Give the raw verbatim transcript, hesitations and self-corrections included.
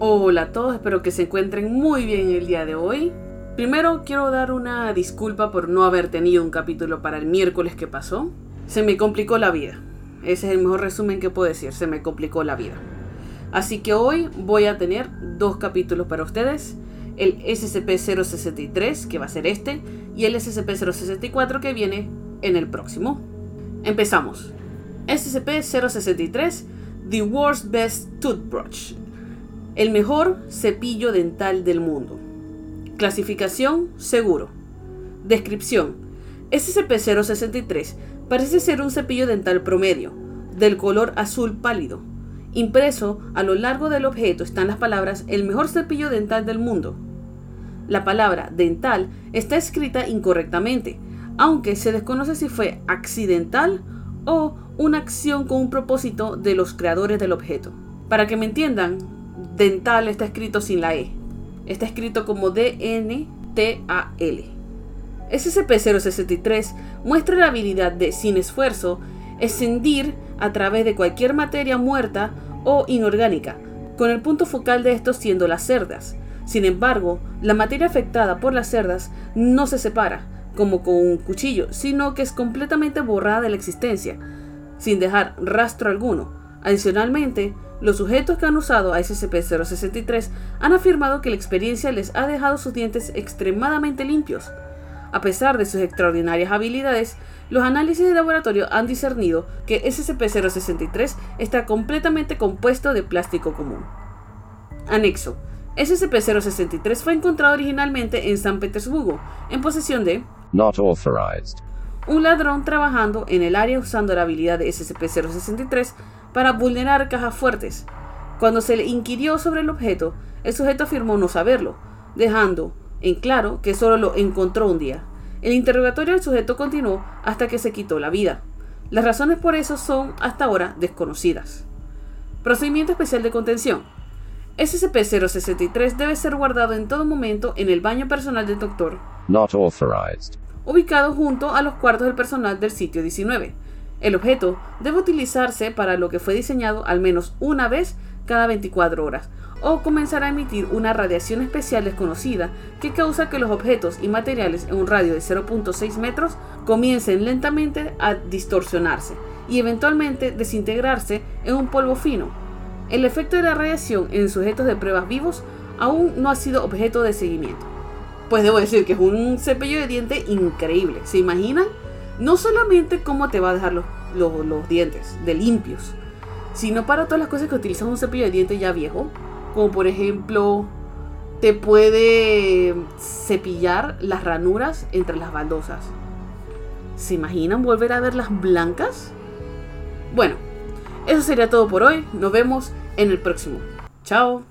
Hola a todos, espero que se encuentren muy bien el día de hoy. Primero quiero dar una disculpa por no haber tenido un capítulo para el miércoles que pasó. Se me complicó la vida. Ese es el mejor resumen que puedo decir, se me complicó la vida. Así que hoy voy a tener dos capítulos para ustedes. El S C P cero sesenta y tres, que va a ser este, y el S C P cero sesenta y cuatro, que viene en el próximo. Empezamos. S C P cero sesenta y tres, The World's Best Toothbrush. El mejor cepillo dental del mundo. Clasificación: seguro. Descripción: S C P cero sesenta y tres parece ser un cepillo dental promedio, del color azul pálido. Impreso a lo largo del objeto están las palabras "el mejor cepillo dental del mundo". La palabra dental está escrita incorrectamente, aunque se desconoce si fue accidental o una acción con un propósito de los creadores del objeto. Para que me entiendan, dental está escrito sin la E. Está escrito como D N T A L. S C P cero sesenta y tres muestra la habilidad de, sin esfuerzo, escindir a través de cualquier materia muerta o inorgánica, con el punto focal de estos siendo las cerdas. Sin embargo, la materia afectada por las cerdas no se separa, como con un cuchillo, sino que es completamente borrada de la existencia, sin dejar rastro alguno. Adicionalmente, los sujetos que han usado a S C P cero sesenta y tres han afirmado que la experiencia les ha dejado sus dientes extremadamente limpios. A pesar de sus extraordinarias habilidades, los análisis de laboratorio han discernido que S C P cero sesenta y tres está completamente compuesto de plástico común. Anexo: S C P cero sesenta y tres fue encontrado originalmente en San Petersburgo, en posesión de Not authorized. un ladrón trabajando en el área usando la habilidad de S C P cero sesenta y tres para vulnerar cajas fuertes. Cuando se le inquirió sobre el objeto, el sujeto afirmó no saberlo, dejando en claro que solo lo encontró un día. El interrogatorio del sujeto continuó hasta que se quitó la vida. Las razones por eso son hasta ahora desconocidas. Procedimiento especial de contención. S C P cero sesenta y tres debe ser guardado en todo momento en el baño personal del doctor, Not authorized. ubicado junto a los cuartos del personal del sitio diecinueve. El objeto debe utilizarse para lo que fue diseñado al menos una vez cada veinticuatro horas, o comenzar a emitir una radiación especial desconocida que causa que los objetos y materiales en un radio de cero punto seis metros comiencen lentamente a distorsionarse y eventualmente desintegrarse en un polvo fino. El efecto de la radiación en sujetos de pruebas vivos aún no ha sido objeto de seguimiento. Pues debo decir que es un cepillo de diente increíble. ¿Se imaginan? No solamente cómo te va a dejar los, los, los dientes de limpios, sino para todas las cosas que utilizas un cepillo de diente ya viejo, como por ejemplo te puede cepillar las ranuras entre las baldosas. ¿Se imaginan volver a verlas blancas? Bueno, eso sería todo por hoy. Nos vemos en el próximo. Chao.